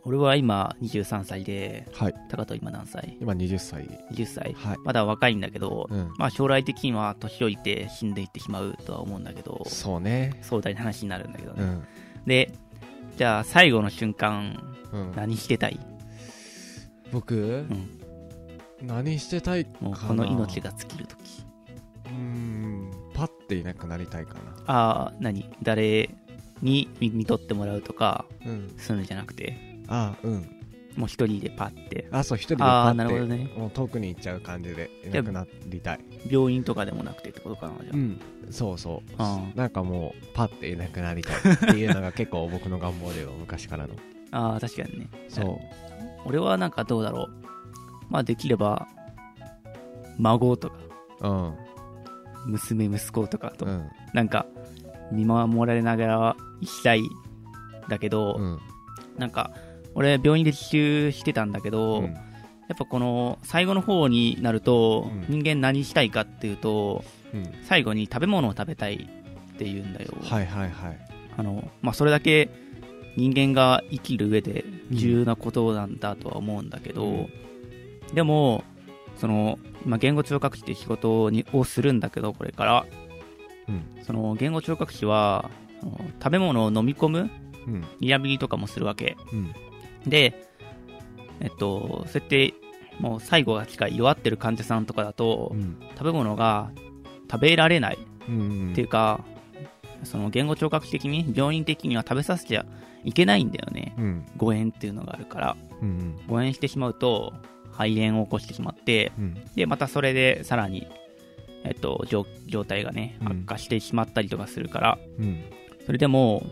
俺は今23歳で、 はい。 高人今何歳？ 今20歳。 20歳、 はい。 まだ若いんだけど、 うん。 将来的には年老いて死んでいってしまうとは思うんだけど、 そうね。 壮大な話になるんだけどね。 うん。 で、じゃあ最後の瞬間、 うん。 何してたい？ 僕、何してたいかな。 もうこの命が尽きるとき。 パッていなくなりたいか誰に見とってもらうとか、 な。 するんじゃなくて、もう一人でパッて。 そう、一人でパッて。 なるほどね。 もう遠くに行っちゃう感じでいなくなりたい。 病院とかでもなくてってことかな、じゃあ。 そうそう。なんかもう、パッていなくなりたいっていうのが結構僕の願望でよ、昔からの。 確かにね。 そう。 俺はなんかどうだろう。できれば、孫とか、娘、息子とかと、なんか、見守られながら生きたいだけど、なんか、俺、病院で自習してたんだけど、やっぱこの、最後の方になると、人間何したいかっていうと、最後に食べ物を食べたいって言うんだよ。 はいはいはい。 それだけ人間が生きる上で重要なことなんだとは思うんだけど、でも、今言語聴覚士って仕事をするんだけど、これから、その言語聴覚士は食べ物を飲み込む、リハビリとかもするわけ、で、そうやってもう最後が近い弱ってる患者さんとかだと、食べ物が食べられない、っていうか、その言語聴覚士的に病院的には食べさせちゃいけないんだよね、誤嚥っていうのがあるから、誤嚥してしまうと肺炎を起こしてしまって、でまたそれでさらに、状態がね悪化してしまったりとかするから、それでも、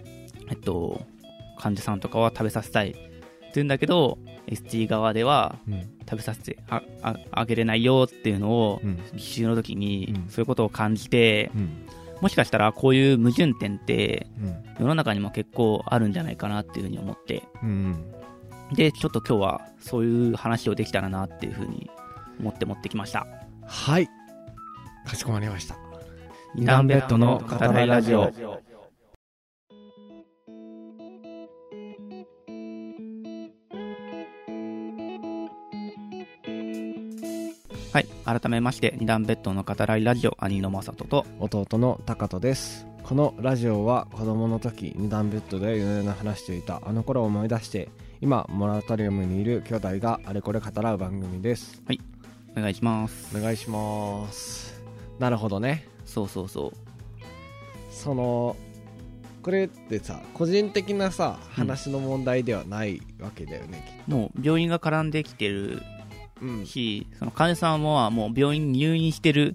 患者さんとかは食べさせたいって言うんだけど、ST 側では食べさせて あげれないよっていうのを、実習の時にそういうことを感じて、もしかしたらこういう矛盾点って世の中にも結構あるんじゃないかなっていうふうに思って、でちょっと今日はそういう話をできたらなっていうふうに思って持ってきました。 はい、かしこまりました。 二段ベッドの語らいラジオ。はい、改めまして二段ベッドの語らいラジオ、兄の正人と弟の高人です。このラジオは子供の時二段ベッドで夜な夜な話していたあの頃を思い出して、今モラトリウムにいる兄弟があれこれ語らう番組です。 はい、お願いします。 お願いします。なるほどね。 そうそうそう。 これってさ、個人的なさ話の問題ではないわけだよね、 もう病院が絡んできてるし、その患者さんはもう病院に入院してる、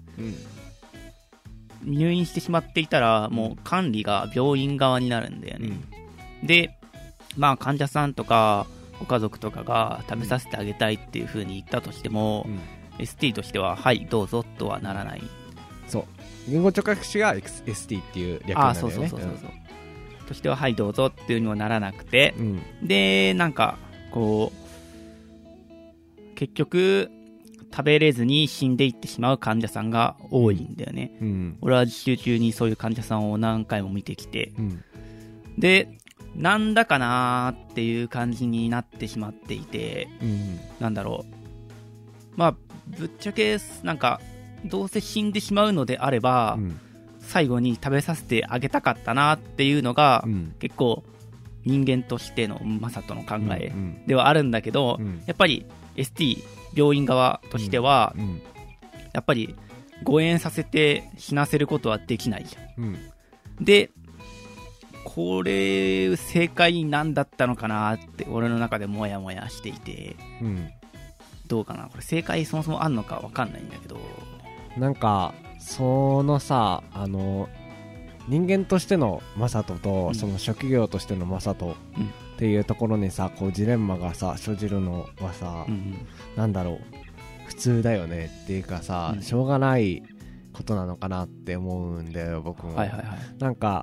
入院してしまっていたらもう管理が病院側になるんだよね、で患者さんとかご家族とかが食べさせてあげたいっていう風に言ったとしても、ST としてははいどうぞとはならない。 そう、言語聴覚士が ST っていう略なんだよね。そうとしてははいどうぞっていうにはならなくて、でなんかこう結局食べれずに死んでいってしまう患者さんが多いんだよね、俺は実習中にそういう患者さんを何回も見てきて、でなんだかなーっていう感じになってしまっていて、なんだろう、ぶっちゃけなんかどうせ死んでしまうのであれば、最後に食べさせてあげたかったなっていうのが、結構人間としての正人の考えではあるんだけど、やっぱり ST 病院側としては、やっぱり誤嚥させて死なせることはできないじゃん、でこれ正解なんだったのかなって俺の中でモヤモヤしていて、どうかな、これ正解そもそもあんのか分かんないんだけど、 なんかそのさ、人間としての正人と、その職業としての正人っていうところにさ、こうジレンマがさ生じるのはさ、なんだろう、普通だよねっていうかさ、しょうがないことなのかなって思うんだよ僕も。なんか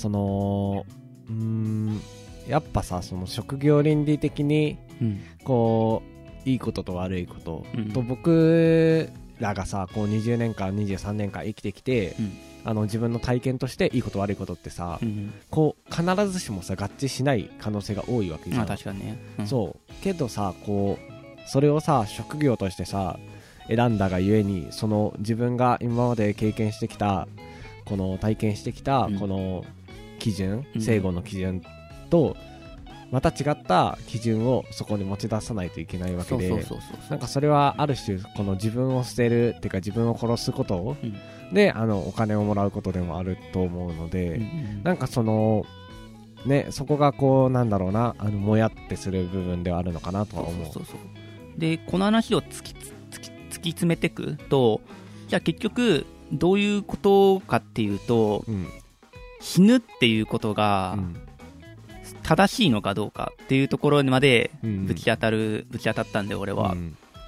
やっぱさ、その職業倫理的に、こういいことと悪いことと、僕らがさこう20年間23年間生きてきて、 自分の体験としていいこと悪いことってさ、こう必ずしもさ合致しない可能性が多いわけじゃん。 確かにね、 そうけどさ、こうそれをさ職業としてさ選んだがゆえに、その自分が今まで経験してきたこの体験してきたこの基準、正誤の基準とまた違った基準をそこに持ち出さないといけないわけで、なんかそれはある種この自分を捨てるっていうか自分を殺すことで、お金をもらうことでもあると思うので、なんかそのね、そこがこうなんだろうな、もやってする部分ではあるのかなとは思う。 でこの話を突き詰めていくと、じゃあ結局どういうことかっていうと、死ぬっていうことが正しいのかどうかっていうところにまでぶち当たったんで、俺は、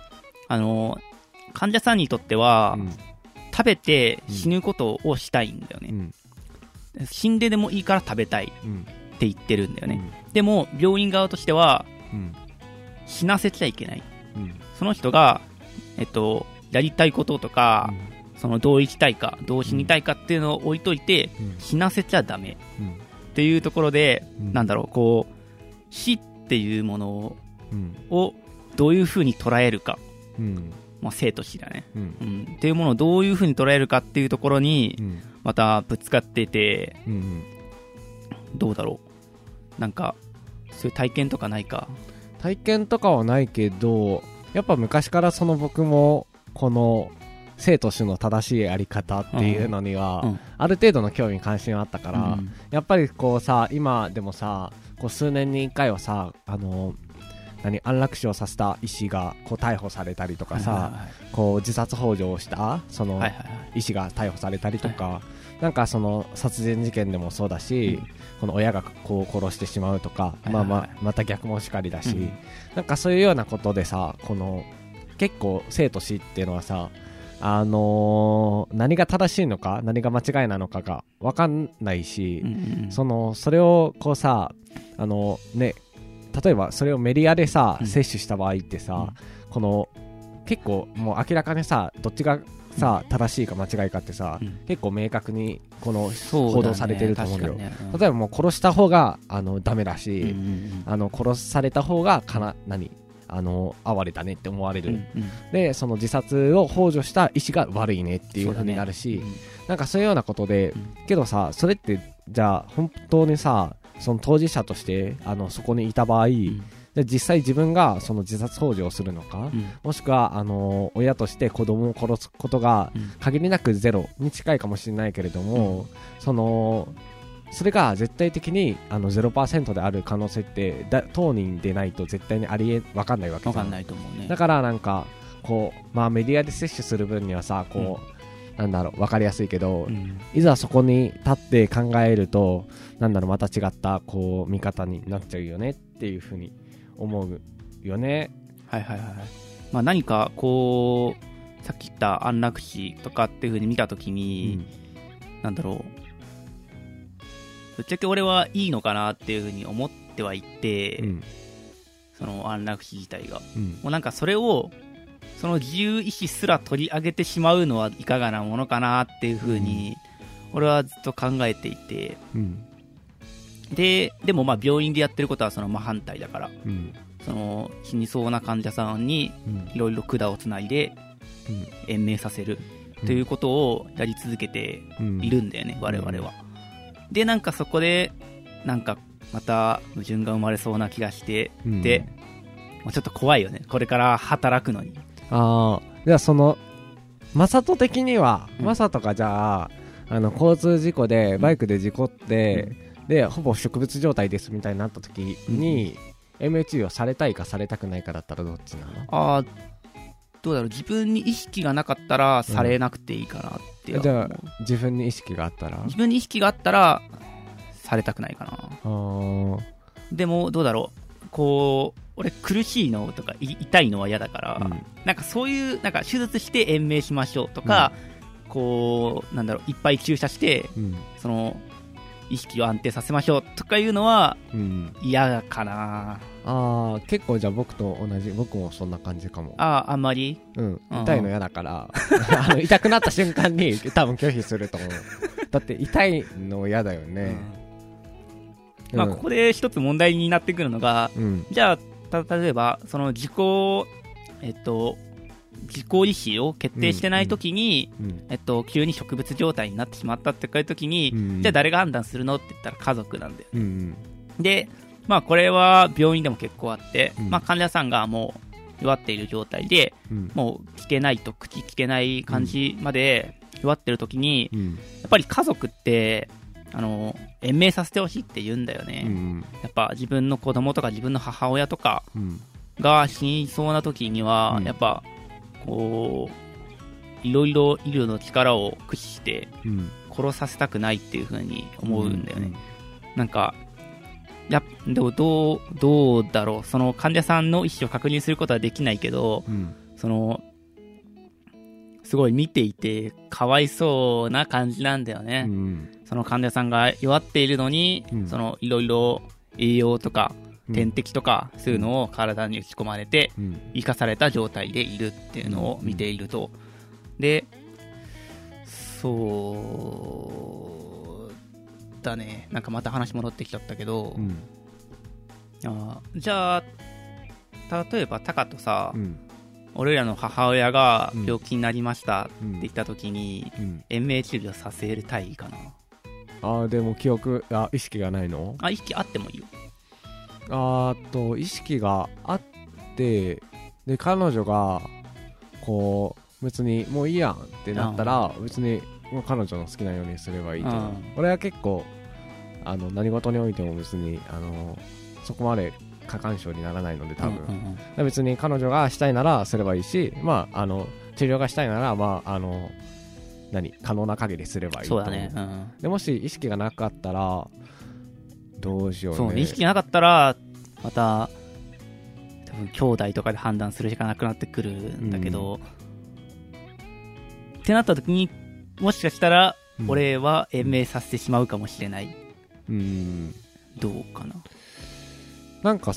患者さんにとっては、食べて死ぬことをしたいんだよね、死んででもいいから食べたいって言ってるんだよね、でも病院側としては、死なせちゃいけない、その人が、やりたいこととか、そのどう生きたいかどう死にたいかっていうのを置いといて、死なせちゃダメ、っていうところで、なんだろう、こう死っていうものをどういうふうに捉えるか、生と死だね、っていうものをどういうふうに捉えるかっていうところにまたぶつかってて、どうだろう、なんかそういう体験とかないか。 体験とかはないけど、やっぱ昔からその僕もこの生と死の正しいあり方っていうのには、ある程度の興味関心はあったから、やっぱりこうさ、今でもさ、こう数年に1回はさ、安楽死をさせた医師がこう逮捕されたりとかさ、こう自殺幇助をしたその医師が逮捕されたりとか、なんかその殺人事件でもそうだし、この親がこう殺してしまうとか、また逆もしかりだし、なんかそういうようなことでさ、この結構生と死っていうのはさ、何が正しいのか何が間違いなのかが分かんないし、それをこうさ、ね、例えばそれをメディアでさ、摂取した場合ってさ、この結構もう明らかにさ、どっちがさ、正しいか間違いかってさ、結構明確にこの報道されてると思うんだよ。例えばもう殺した方がダメだし、殺された方が哀れだねって思われる、でその自殺を幇助した医師が悪いねっていう風になるし、なんかそういうようなことで、けどさ、それってじゃあ本当にさ、その当事者としてそこにいた場合、で実際自分がその自殺幇助をするのか、もしくは親として子供を殺すことが限りなくゼロに近いかもしれないけれども、それが絶対的に0% である可能性って当人でないと絶対に分かんないわけじゃん。 分かんないと思うね。 だからなんかこう、メディアで摂取する分にはさ、こう、なんだろう、分かりやすいけど、いざそこに立って考えると、なんだろう、また違ったこう見方になっちゃうよねっていうふうに思うよね。 何かこうさっき言った安楽死とかっていうふうに見たときに、なんだろう、ぶっちゃけ俺はいいのかなっていうふうに思ってはいて、その安楽死自体が、もうなんかそれをその自由意志すら取り上げてしまうのはいかがなものかなっていうふうに俺はずっと考えていて、でも病院でやってることはその真反対だから、その死にそうな患者さんにいろいろ管をつないで延命させるということをやり続けているんだよね、我々は。でなんかそこでなんかまた矛盾が生まれそうな気がして、でもうちょっと怖いよね、これから働くのに。 じゃあそのマサト的には、マサトがじゃあ交通事故でバイクで事故って、でほぼ植物状態ですみたいになった時に、延命治療されたいかされたくないかだったらどっちなの？ どうだろう、自分に意識がなかったらされなくていいかなって思う。 じゃあ自分に意識があったら？ 自分に意識があったらされたくないかな。でもどうだろう、こう俺苦しいのとか痛いのは嫌だから、なんかそういうなんか手術して延命しましょうとか、こうなんだろう、いっぱい注射して、その意識を安定させましょうとかいうのは嫌かな。 結構じゃあ僕と同じ、僕もそんな感じかも。 あんまり痛いの嫌だから痛くなった瞬間に多分拒否すると思うだって痛いの嫌だよね。 まあここで一つ問題になってくるのが、じゃあ例えばその自己意志を決定してないときに、急に植物状態になってしまったっていうときに、じゃあ誰が判断するのって言ったら家族なんだよ、で、まあこれは病院でも結構あって、まあ患者さんがもう弱っている状態で、もう聞けないと口聞けない感じまで弱ってるときに、やっぱり家族って延命させてほしいって言うんだよね、やっぱ自分の子供とか自分の母親とかが死にそうな時には、やっぱこういろいろ医療の力を駆使して殺させたくないっていう風に思うんだよね、なんかでもどうだろう、その患者さんの意思を確認することはできないけど、そのすごい見ていてかわいそうな感じなんだよね、その患者さんが弱っているのに、そのいろいろ栄養とか点滴とかそういうのを体に打ち込まれて生かされた状態でいるっていうのを見ていると、でそうだね、なんかまた話戻ってきちゃったけど、じゃあ例えばタカとさ、俺らの母親が病気になりましたって言った時に、延命治療させたいかな。 でも意識がないの？ 意識あってもいいよ。 意識があって、で彼女がこう別にもういいやんってなったら、別にもう彼女の好きなようにすればいいと思う。俺は結構何事においても別にそこまで過干渉にならないので多分、別に彼女がしたいならすればいいし、まあ治療がしたいならまあ可能な限りすればいいと思う。 そうだね、 でもし意識がなかったらどうしようね。 そう、意識がなかったらまた多分兄弟とかで判断するしかなくなってくるんだけど、ってなった時にもしかしたら俺は延命させてしまうかもしれない、どうかな。 なんか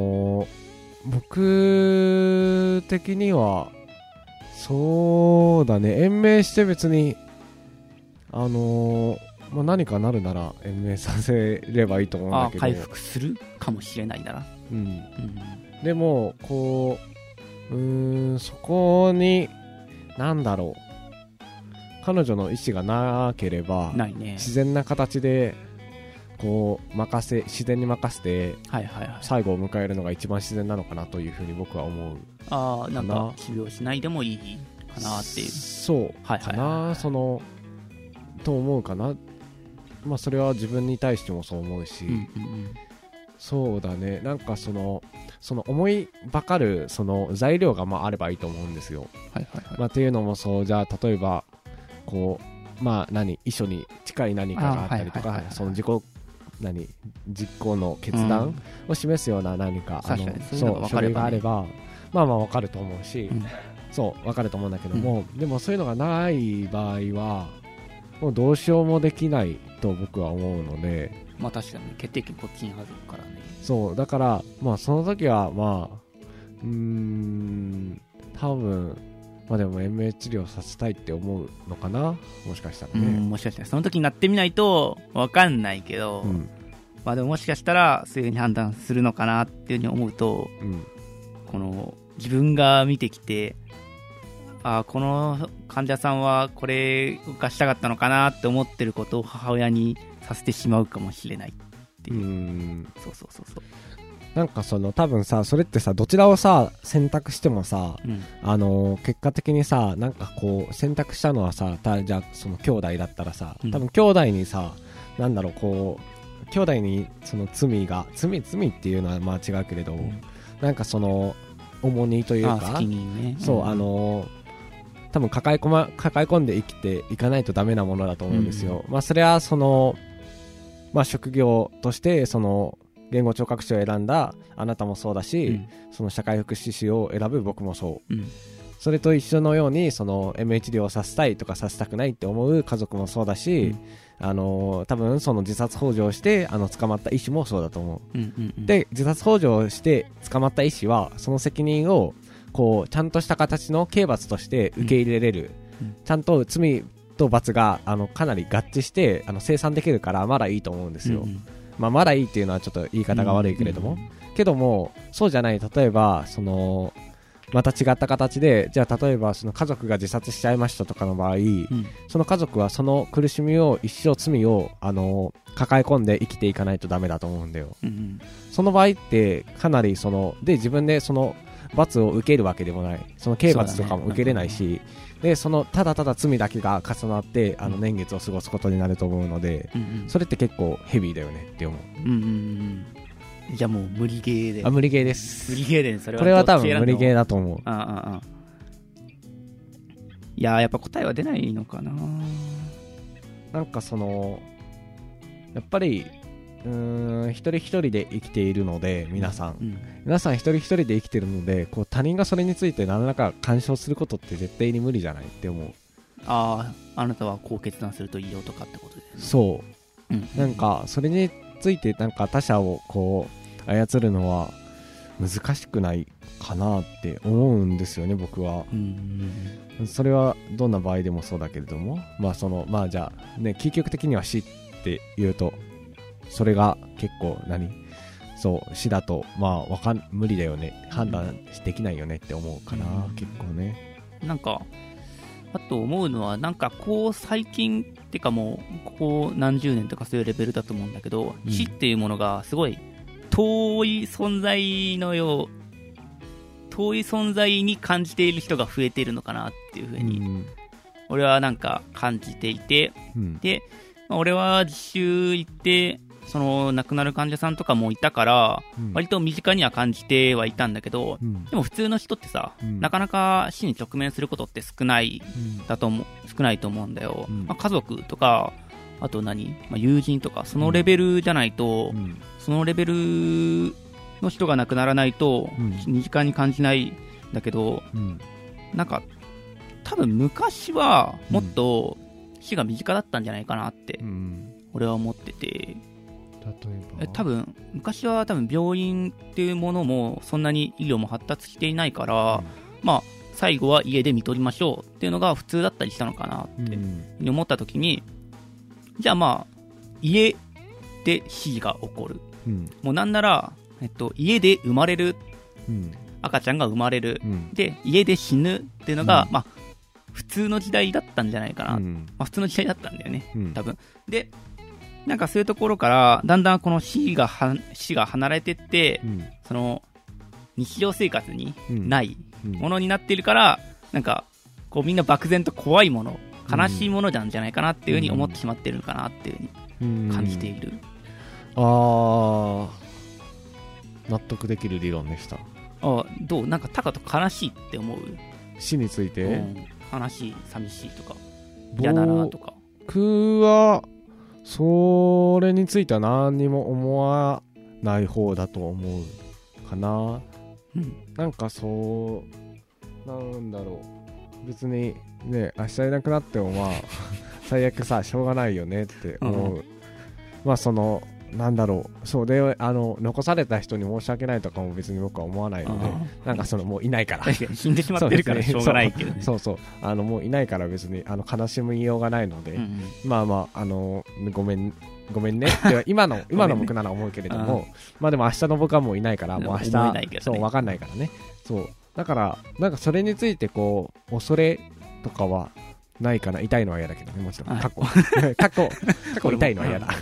僕的にはそうだね、延命して別に何かなるなら延命させればいいと思うんだけど、 回復するかもしれないなら、 でもこうそこになんだろう、彼女の意思がなければないね、 自然な形でこう自然に任せて最後を迎えるのが一番自然なのかなというふうに僕は思う。 なんか治療しないでもいいかなっていう、 そうかな、と思うかな。まあそれは自分に対してもそう思うし、そうだね、なんかその思いばかるその材料があればいいと思うんですよ。っていうのもじゃあ例えばこう遺書に近い何かがあったりとか、その実行の決断を示すような何か、書類があれば分かると思うし、分かると思うんだけども、でもそういうのがない場合はもうどうしようもできないと僕は思うので、 確かに決定権こっちにあるからね。 そうだからその時は多分でも延命治療させたいって思うのかな、もしかしたらね。 もしかしたらその時になってみないと分かんないけど、でももしかしたらそういう風に判断するのかなっていう風に思うと、この自分が見てきてこの患者さんはこれがしたかったのかなって思ってることを母親にさせてしまうかもしれないっていう。そうなんか多分さ、それってさどちらをさ選択してもさ、結果的にさなんかこう選択したのはさじゃあその兄弟だったらさ、多分兄弟にさなんだろう、こう兄弟にその罪っていうのは違うけれど、なんかその重荷というか、 責任ね、 多分抱え込んで生きていかないとダメなものだと思うんですよ。それは職業として言語聴覚士を選んだあなたもそうだし、その社会福祉士を選ぶ僕もそう、それと一緒のように延命治療をさせたいとかさせたくないって思う家族もそうだし、 多分その自殺幇助をして捕まった医師もそうだと思う、 うんうんうん、 で自殺幇助をして捕まった医師はその責任をこうちゃんとした形の刑罰として受け入れれる、うん、ちゃんと罪と罰がかなり合致して生産できるからまだいいと思うんですよ、うんうん、まだいいっていうのはちょっと言い方が悪いけれども、うんうんうん、けどもそうじゃない、例えばまた違った形で、じゃあ例えばその家族が自殺しちゃいましたとかの場合、うん、その家族はその苦しみを一生罪を抱え込んで生きていかないとダメだと思うんだよ、うんうん、その場合ってかなりで自分でその罰を受けるわけでもない、その刑罰とかも受けれないし、でただただ罪だけが重なって年月を過ごすことになると思うので、うんうん、それって結構ヘビーだよねって思う、うんうんうん、 じゃあもう無理ゲーで。 無理ゲーです。 無理ゲーで、それはこれは多分無理ゲーだと思う。 いやー、やっぱ答えは出ないのかな。 なんかやっぱり一人一人で生きているので、皆さん一人一人で生きているので、こう他人がそれについて何らか干渉することって絶対に無理じゃないって思う。 あなたはこう決断するといいよとかってことですね。 そう、うん、なんかそれについてなんか他者をこう操るのは難しくないかなって思うんですよね、僕は。それはどんな場合でもそうだけれども、じゃあね、究極的には死って言うとそれが結構死だと無理だよね、判断できないよねって思うかな、結構ね。 なんかあと思うのは、なんかこう最近ってかもうここ何十年とかそういうレベルだと思うんだけど、死っていうものがすごい遠い存在に感じている人が増えているのかなっていうふうに俺はなんか感じていて、で、俺は実習行ってその亡くなる患者さんとかもいたから、割と身近には感じてはいたんだけど、でも普通の人ってさ、なかなか死に直面することって少ないと思うんだよ、家族とかあと友人とかそのレベルじゃないと、そのレベルの人が亡くならないと身近に感じないんだけど、なんか多分昔はもっと死が身近だったんじゃないかなって俺は思ってて、多分昔は病院っていうものもそんなに医療も発達していないから、最後は家で見とりましょうっていうのが普通だったりしたのかなって思った時に、じゃあ家で死が起こる、もうなんなら、家で生まれる、赤ちゃんが生まれる、で家で死ぬっていうのが、普通の時代だったんじゃないかな、普通の時代だったんだよね、多分。でなんかそういうところからだんだんこの死が離れてって、その日常生活にないものになっているから、なんかこうみんな漠然と怖いもの、悲しいものなんじゃないかなっていうふうに思ってしまっているのかなっていうふうに感じている。 納得できる理論でした。 どうなんかタカと悲しいって思う？ 死について、 悲しい、寂しいとか嫌だなとか。 僕はそれについては何にも思わない方だと思うかな、なんかなんだろう、別にね、明日いなくなっても最悪さ、しょうがないよねって思う、なんだろう、そうで残された人に申し訳ないとかも別に僕は思わないので、なんかもういないから死んでしまってるからしょうがないけどね。 そうもういないから別に悲しみようがないので、ごめんねって今の僕なら思うけれども、でも明日の僕はもういないから、もう明日分かんないからね。そうだからなんかそれについてこう恐れとかはないかな。痛いのは嫌だけどね、もちろん。過去痛いのは嫌だ。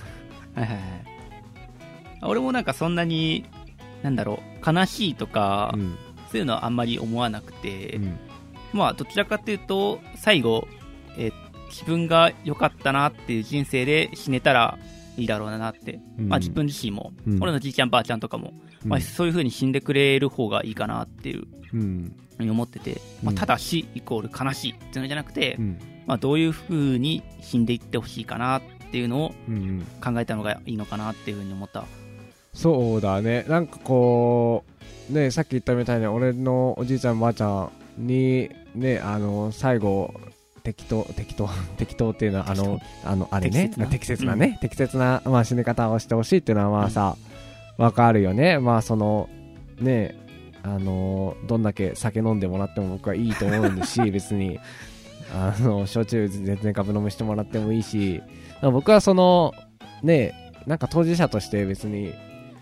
俺もなんかそんなに悲しいとか、そういうのはあんまり思わなくて、どちらかというと最後、自分が良かったなっていう人生で死ねたらいいだろうなって、自分自身も、俺のじいちゃんばあちゃんとかも、そういう風に死んでくれる方がいいかなっていう思ってて、ただ死イコール悲しいっていうのじゃなくて、どういう風に死んでいってほしいかなっていうのを考えたのがいいのかなっていう風に思った。 そうだね、なんかこうね、さっき言ったみたいに俺のおじいちゃんばあちゃんにね、最後適当っていうのはあれね、適切なね、適切な、まあ、死に方をしてほしいっていうのはまあさ、わかるよね。まあそのね、どんだけ酒飲んでもらっても僕はいいと思うし別に焼酎全然株飲みしてもらってもいいし、僕はそのね、なんか当事者として別に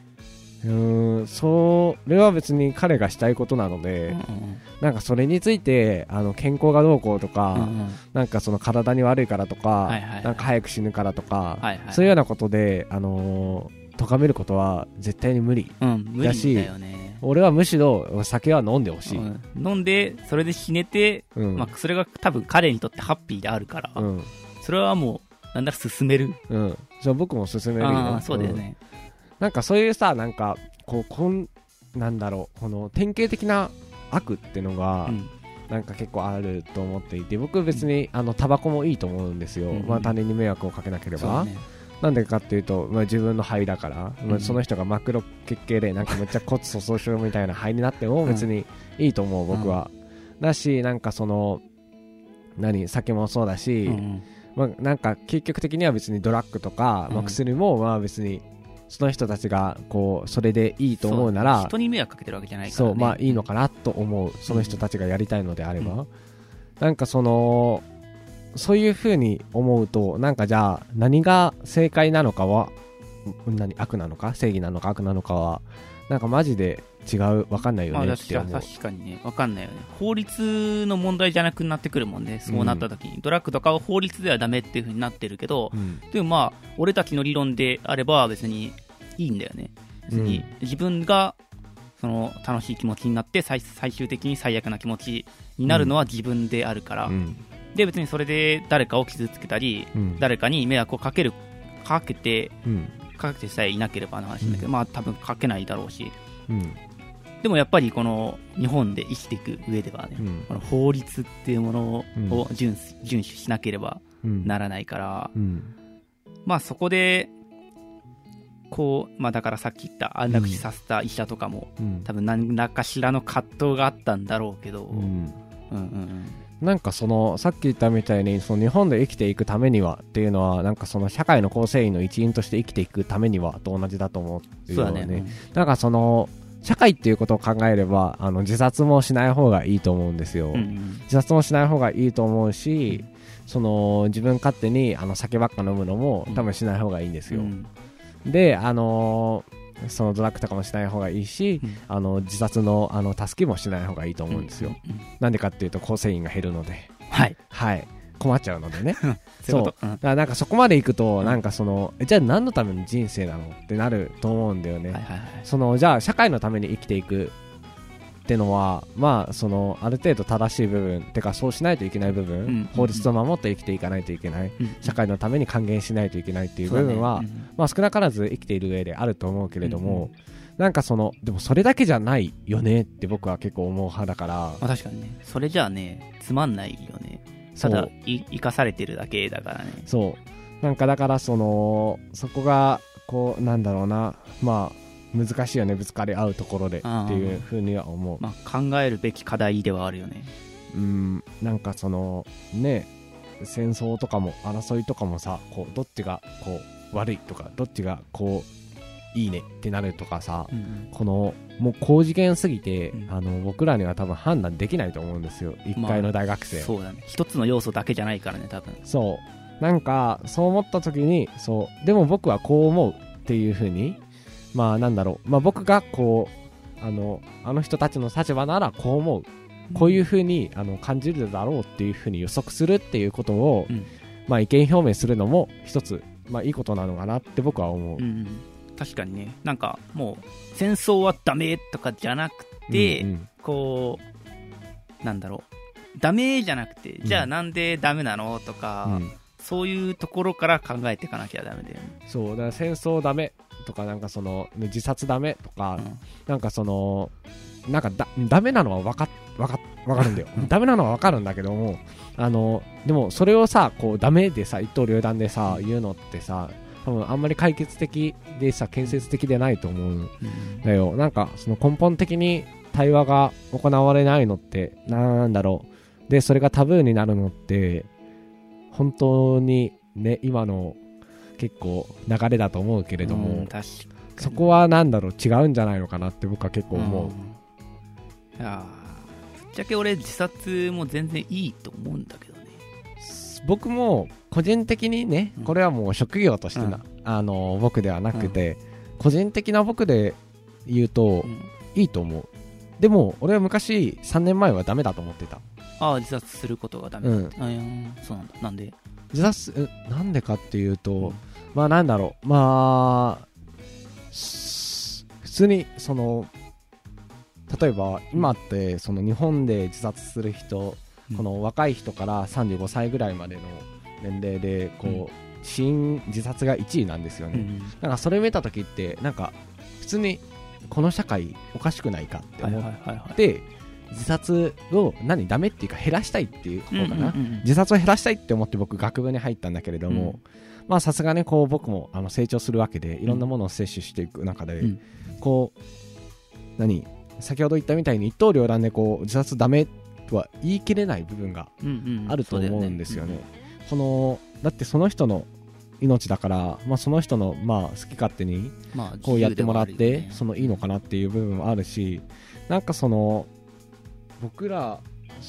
それは別に彼がしたいことなので、なんかそれについて健康がどうこうとか、なんかその体に悪いからとか、なんか早く死ぬからとか、そういうようなことで咎めることは絶対に無理だし、 無理だよね。 俺はむしろ酒は飲んでほしい、 飲んでそれで死ねて、まあ、それが多分彼にとってハッピーであるから、それはもうなんだら進める、 じゃあ僕も進めるよ。 そうだよね。 なんかそういうさ、なんかなんだろう、この典型的な悪ってのが、なんか結構あると思っていて、僕別にタバコもいいと思うんですよ、まあ、他人に迷惑をかけなければ、なんでかっていうと、まあ、自分の肺だから、まあ、その人がマクロ血系でなんかめっちゃ骨粗鬆症みたいな肺になっても別にいいと思う、僕は。だし、なんかその酒もそうだし、まあ、なんか結局的には別にドラッグとか、まあ、薬もまあ別にその人たちがこうそれでいいと思うなら、 人に迷惑かけてるわけじゃないからね。 そう、まあいいのかなと思う、その人たちがやりたいのであれば、なんかそういう風に思うと、なんかじゃあ何が正解なのかは、悪なのか正義なのか悪なのかはなんかマジで違う、分かんないよねって思う。 確かにね、分かんないよね。法律の問題じゃなくなってくるもんね、そうなった時に、ドラッグとかは法律ではダメっていう風になってるけど、でもまあ俺たちの理論であれば別にいいんだよね。別に自分がその楽しい気持ちになって最終的に最悪な気持ちになるのは自分であるから、で別にそれで誰かを傷つけたり、誰かに迷惑をかけてさえいなければの話だけど、まあ多分かけないだろうし、でもやっぱりこの日本で生きていく上ではね、この法律っていうものを遵守しなければならないから、まあそこでこう、まあだからさっき言った安楽死させた医者とかも、多分何らかしらの葛藤があったんだろうけど、 なんかさっき言ったみたいに日本で生きていくためにはっていうのは、なんか社会の構成員の一員として生きていくためにはと同じだと思うよね。なんか社会っていうことを考えれば自殺もしない方がいいと思うんですよ、自殺もしない方がいいと思うし、自分勝手に酒ばっか飲むのも多分しない方がいいんですよ、でそのドラッグとかもしない方がいいし、自殺の助けもしない方がいいと思うんですよ、なんでかっていうと構成員が減るので、困っちゃうのでねそうだからなんかそこまでいくと、なんかじゃあ何のための人生なのってなると思うんだよね、じゃあ社会のために生きていくってのは、まあある程度正しい部分てかそうしないといけない部分、法律を守って生きていかないといけない、社会のために還元しないといけないっていう部分は、まあ少なからず生きている上であると思うけれども、なんかでもそれだけじゃないよねって僕は結構思う派だから、 確かにね、それじゃあねつまんないよね。ただ生かされてるだけだからね。 そうなんかだからそこがこうなんだろうな、まあ難しいよね、ぶつかり合うところでっていうふうには思う。 まあ、考えるべき課題ではあるよね。 なんかね、戦争とかも争いとかもさ、こうどっちがこう悪いとかどっちがこういいねってなるとかさ、もう高次元すぎて、僕らには多分判断できないと思うんですよ、一回の大学生、 そうだね、一つの要素だけじゃないからね多分。 そうなんかそう思った時に、でも僕はこう思うっていう風に、まあなんだろう、まあ僕がこうあの人たちの立場ならこう思う、こういう風に感じるだろうっていう風に予測するっていうことを、まあ意見表明するのも一つ、まあいいことなのかなって僕は思う。 確かにね、なんかもう戦争はダメとかじゃなくて、こうなんだろう、ダメじゃなくて、じゃあなんでダメなのとか、そういうところから考えていかなきゃダメだよね。 そうだから戦争ダメとか、なんか自殺ダメとか、なんかなんかダメなのは分かるんだよダメなのは分かるんだけども、でもそれをさこうダメでさ一刀両断でさ言うのってさ、多分あんまり解決的でさ建設的でないと思うんだよ。なんか根本的に対話が行われないのってなんだろう、 でそれがタブーになるのって本当にね今の結構流れだと思うけれども、そこはなんだろう違うんじゃないのかなって僕は結構思う。 いやぶっちゃけ俺自殺も全然いいと思うんだけどね。 僕も個人的にね、これはもう職業として僕ではなくて、個人的な僕で言うと、いいと思う。でも俺は昔3年前はダメだと思ってた。 自殺することがダメだって、そうなんだ。なんで自殺なんでかっていうと、まあなんだろう、まあ普通にその例えば今ってその日本で自殺する人、この若い人から35歳ぐらいまでの年齢でこう、死因自殺が1位なんですよね。なんかそれ見た時ってなんか普通にこの社会おかしくないかって思って、自殺をダメっていうか減らしたいっていう方かな、自殺を減らしたいって思って僕学部に入ったんだけれども、まあさすがねこう僕も成長するわけでいろんなものを摂取していく中で、こう先ほど言ったみたいに一刀両断でこう自殺ダメとは言い切れない部分があると思うんですよね。だってその人の命だから、まあ、その人の好き勝手にこうやってもらっていいのかなっていう部分もあるし、なんか僕ら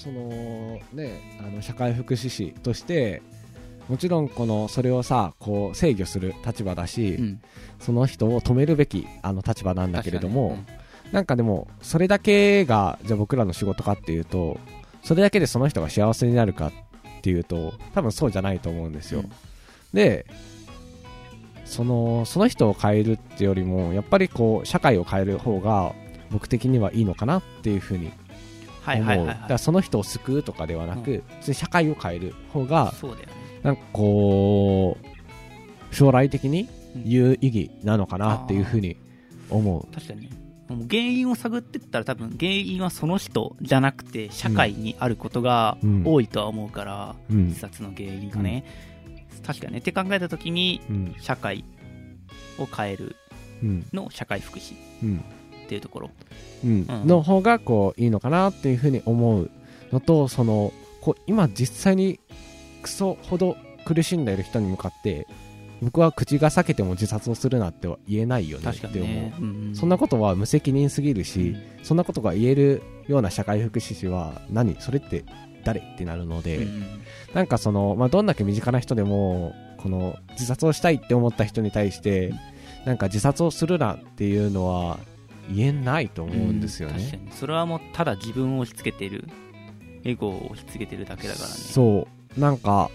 社会福祉士としてもちろんそれをこう制御する立場だし、その人を止めるべき立場なんだけれども、なんかでもそれだけがじゃあ僕らの仕事かっていうと、それだけでその人が幸せになるかっていうと多分そうじゃないと思うんですよ。でその人を変えるってよりもやっぱりこう社会を変える方が僕的にはいいのかなっていうふうに思う。だからその人を救うとかではなく、社会を変える方がなんかこう将来的に有意義なのかなっていうふうに思う。 確かに原因を探っていったら多分原因はその人じゃなくて社会にあることが多いとは思うから、自殺の原因がね、確かにねって考えた時に、社会を変えるの社会福祉っていうところ、の方がこういいのかなっていうふうに思うのと、こう今実際にクソほど苦しんでいる人に向かって僕は口が裂けても自殺をするなっては言えないよねって思う。そんなことは無責任すぎるし、そんなことが言えるような社会福祉士はそれって誰ってなるので、なんかどんだけ身近な人でもこの自殺をしたいって思った人に対してなんか自殺をするなっていうのは言えないと思うんですよね。 確かにそれはもうただ自分を押し付けてる、エゴを押し付けてるだけだからね。 そうなんか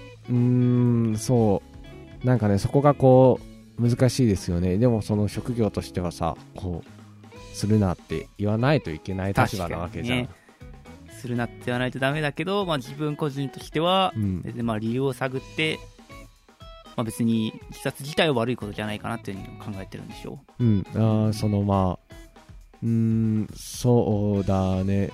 そうなんかね、そこがこう難しいですよね。でもその職業としてはこうするなって言わないといけない立場なわけじゃん、 するなって言わないとダメだけど、自分個人としては、理由を探って、別に自殺自体は悪いことじゃないかなっていうふうに考えてるんでしょう。 そうだね。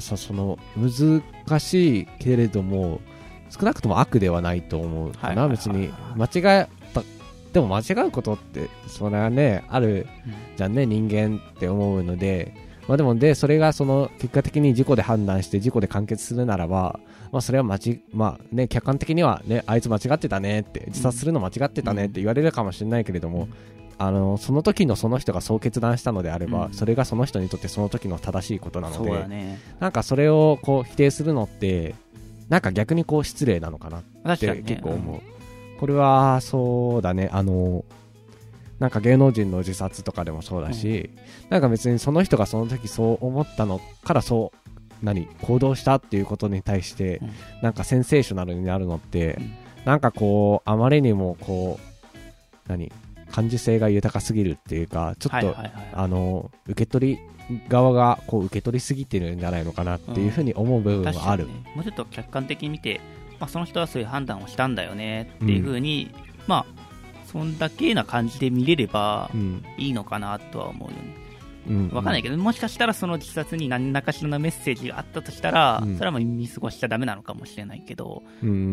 難しいけれども少なくとも悪ではないと思うかな。別にでも間違うことってそれはねあるじゃんね、人間って思うので、でもそれが結果的に事故で判断して事故で完結するならば、それは客観的にはね、あいつ間違ってたねって、自殺するの間違ってたねって言われるかもしれないけれども、その時のその人がそう決断したのであれば、それがその人にとってその時の正しいことなので、なんかそれをこう否定するのってなんか逆にこう失礼なのかなって結構思う。これはそうだね、なんか芸能人の自殺とかでもそうだし、なんか別にその人がその時そう思ったのから行動したっていうことに対して、なんかセンセーショナルになるのって、なんかこうあまりにもこう感受性が豊かすぎるっていうか、ちょっと受け取り側がこう受け取りすぎてるんじゃないのかなっていうふうに思う部分はある。 もうちょっと客観的に見て、その人はそういう判断をしたんだよねっていうふうに、そんだけな感じで見れればいいのかなとは思うよね。分かんないけど、もしかしたらその自殺に何らかしらのメッセージがあったとしたら、それは見過ごしちゃダメなのかもしれないけど、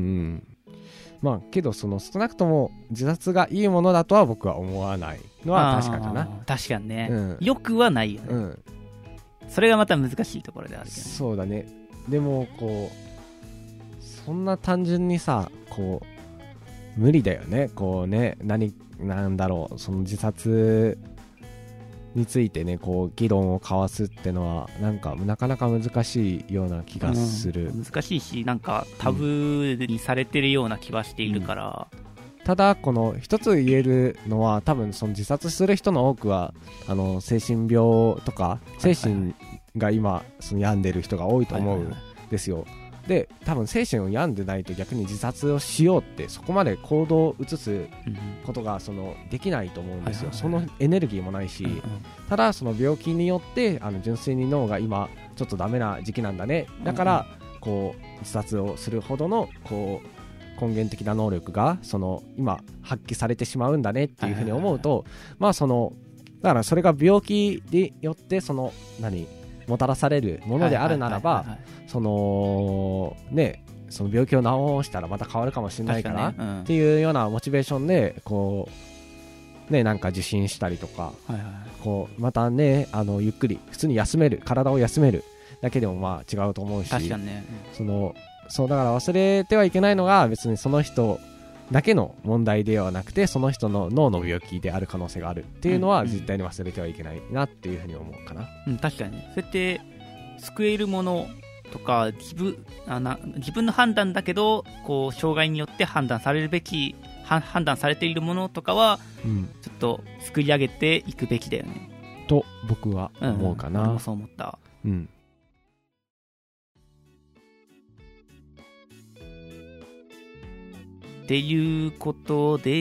けど少なくとも自殺がいいものだとは僕は思わないのは確かかな。 確かにね、よくはないよね、それがまた難しいところであるけど、 そうだね。でもこそんな単純にさこう無理だよね。こうね、なんだろう、その自殺についてねこう議論を交わすってのはなんかなかなか難しいような気がする、 難しいし、なんかタブーにされてるような気はしているから、 ただこの一つ言えるのは、多分その自殺する人の多くは精神病とか精神が今その病んでる人が多いと思うんですよ。で多分精神を病んでないと逆に自殺をしようってそこまで行動を移すことができないと思うんですよ。そのエネルギーもないし、ただその病気によって純粋に脳が今ちょっとダメな時期なんだね、だからこう自殺をするほどのこう根源的な能力が今発揮されてしまうんだねっていうふうに思うと、まあだからそれが病気によってもたらされるものであるならば、その病気を治したらまた変わるかもしれないからっていうようなモチベーションでこうなんか受診したりとか、こうまたねゆっくり普通に休める、体を休めるだけでもまあ違うと思うし、 確かにね、 そうだから忘れてはいけないのが別にその人だけの問題ではなくて、その人の脳の病気である可能性があるっていうのは絶対に忘れてはいけないなっていうふうに思うかな。 確かにそうやって救えるものとか自分の判断だけどこう障害によって判断されているものとかは、ちょっと作り上げていくべきだよねと僕は思うかな。 僕もそう思った。っていうことで、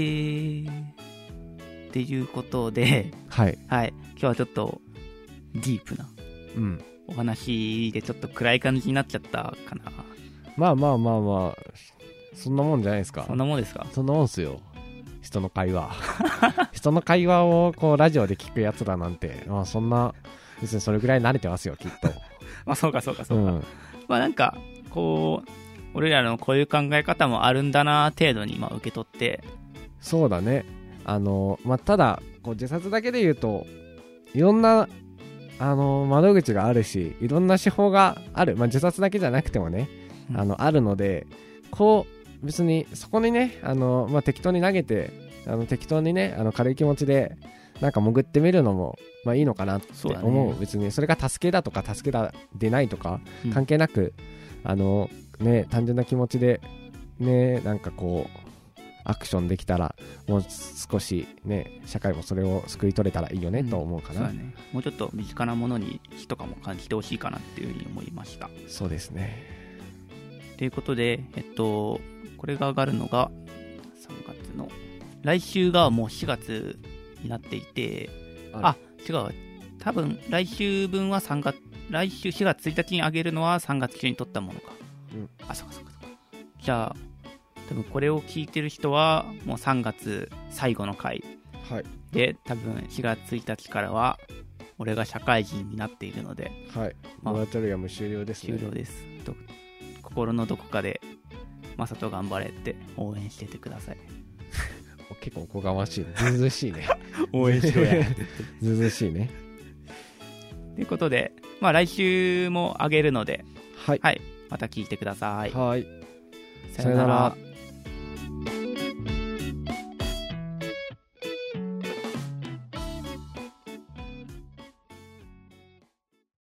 はい、今日はちょっとディープなお話でちょっと暗い感じになっちゃったかな。 まあそんなもんじゃないですか。 そんなもんですか。 そんなもんっすよ。人の会話人の会話をこうラジオで聞くやつらなんて、そんな別にそれぐらい慣れてますよきっとそうか、なんかこう俺らのこういう考え方もあるんだな程度に受け取って。 そうだね。ただこう自殺だけで言うといろんな窓口があるし、いろんな手法がある、自殺だけじゃなくてもね、あるので、こう別にそこにね適当に投げて適当にね軽い気持ちでなんか潜ってみるのもいいのかなって思う。別にそれが助けだとか助けでないとか関係なく、単純な気持ちでなんかこうアクションできたらもう少し社会もそれを救い取れたらいいよねと思うかな。 そうだね。もうちょっと身近なものに火とかも感じてほしいかなっていうふうに思いました。 そうですね。 ということでこれが上がるのが3月の来週がもう4月になっていて、違う、多分来週分は来週4月1日に上げるのは3月中に撮ったものか。そうか。じゃあ多分これを聞いてる人はもう3月最後の回、で多分4月1日からは俺が社会人になっているので、 モラトリアム終了ですね。 終了です。心のどこかでマサト頑張れって応援しててください。 結構おこがましい、ずうずうしいね応援しろやずうずうしいね。 ということで、来週も上げるので、また聞いてください。 さよなら。